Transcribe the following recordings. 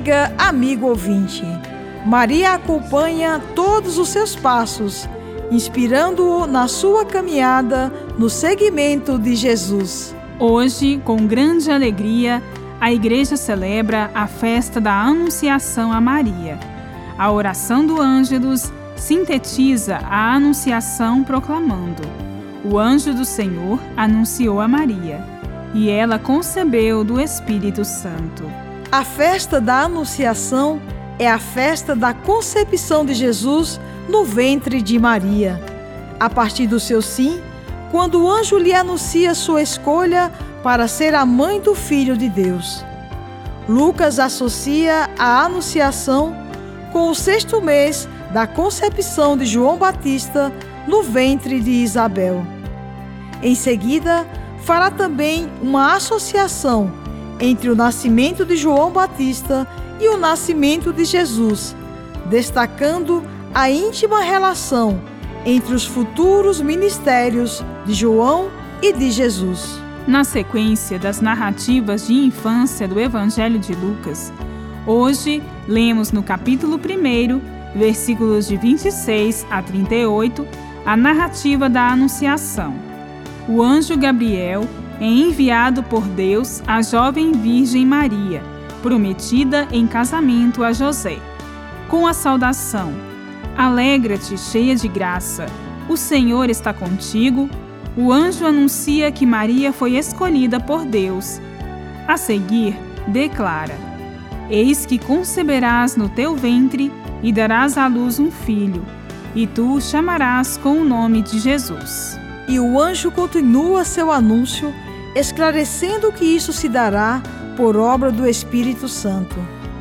amiga, amigo ouvinte. Maria acompanha todos os seus passos, inspirando-o na sua caminhada no seguimento de Jesus. Hoje, com grande alegria, a Igreja celebra a festa da Anunciação a Maria. A oração do Ângelus sintetiza a Anunciação proclamando: o anjo do Senhor anunciou a Maria, e ela concebeu do Espírito Santo. A festa da Anunciação é a festa da concepção de Jesus no ventre de Maria. A partir do seu sim, quando o anjo lhe anuncia sua escolha para ser a mãe do Filho de Deus. Lucas associa a Anunciação com o 6º mês da concepção de João Batista no ventre de Isabel. Em seguida, fará também uma associação entre o nascimento de João Batista e o nascimento de Jesus, destacando a íntima relação entre os futuros ministérios de João e de Jesus. Na sequência das narrativas de infância do Evangelho de Lucas, hoje lemos no capítulo 1, versículos de 26 a 38, a narrativa da Anunciação. O anjo Gabriel é enviado por Deus à jovem Virgem Maria, prometida em casamento a José, com a saudação: Alegra-te, cheia de graça, o Senhor está contigo. O anjo anuncia que Maria foi escolhida por Deus. A seguir, declara: Eis que conceberás no teu ventre e darás à luz um filho, e tu o chamarás com o nome de Jesus. E o anjo continua seu anúncio, esclarecendo que isso se dará por obra do Espírito Santo.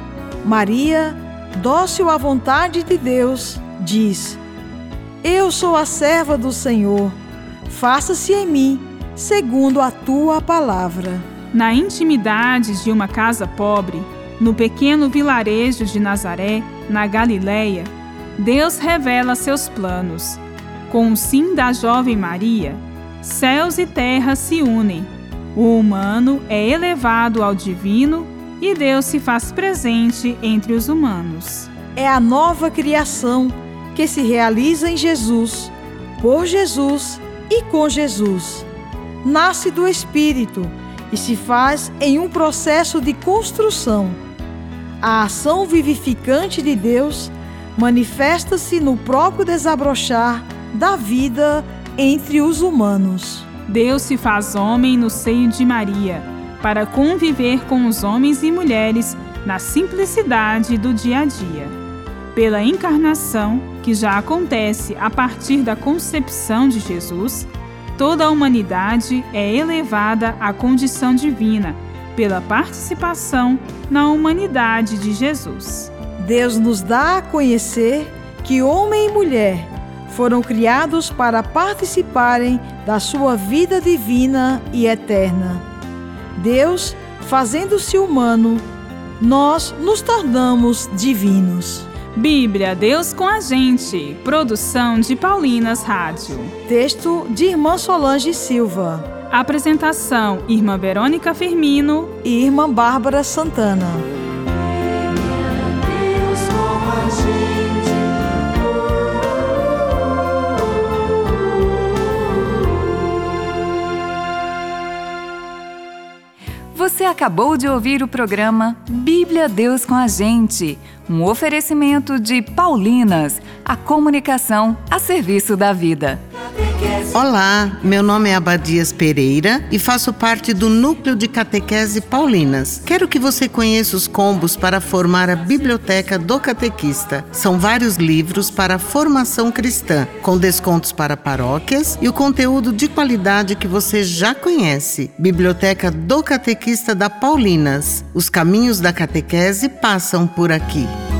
Maria, dócil à vontade de Deus, diz: Eu sou a serva do Senhor, faça-se em mim segundo a tua palavra. Na intimidade de uma casa pobre, no pequeno vilarejo de Nazaré, na Galileia, Deus revela seus planos. Com o sim da jovem Maria, céus e terra se unem. O humano é elevado ao divino e Deus se faz presente entre os humanos. É a nova criação que se realiza em Jesus, por Jesus e com Jesus. Nasce do Espírito e se faz em um processo de construção. A ação vivificante de Deus manifesta-se no próprio desabrochar da vida entre os humanos. Deus se faz homem no seio de Maria, para conviver com os homens e mulheres na simplicidade do dia a dia. Pela encarnação, que já acontece a partir da concepção de Jesus, toda a humanidade é elevada à condição divina, pela participação na humanidade de Jesus. Deus nos dá a conhecer que homem e mulher foram criados para participarem da sua vida divina e eterna. Deus, fazendo-se humano, nós nos tornamos divinos. Bíblia, Deus com a gente. Produção de Paulinas Rádio. Texto de Irmã Solange Silva. Apresentação: Irmã Verônica Firmino e Irmã Bárbara Santana. Você acabou de ouvir o programa Bíblia Deus com a Gente, um oferecimento de Paulinas, a comunicação a serviço da vida. Olá, meu nome é Abadias Pereira e faço parte do Núcleo de Catequese Paulinas. Quero que você conheça os combos para formar a Biblioteca do Catequista. São vários livros para a formação cristã, com descontos para paróquias e o conteúdo de qualidade que você já conhece. Biblioteca do Catequista da Paulinas. Os caminhos da catequese passam por aqui.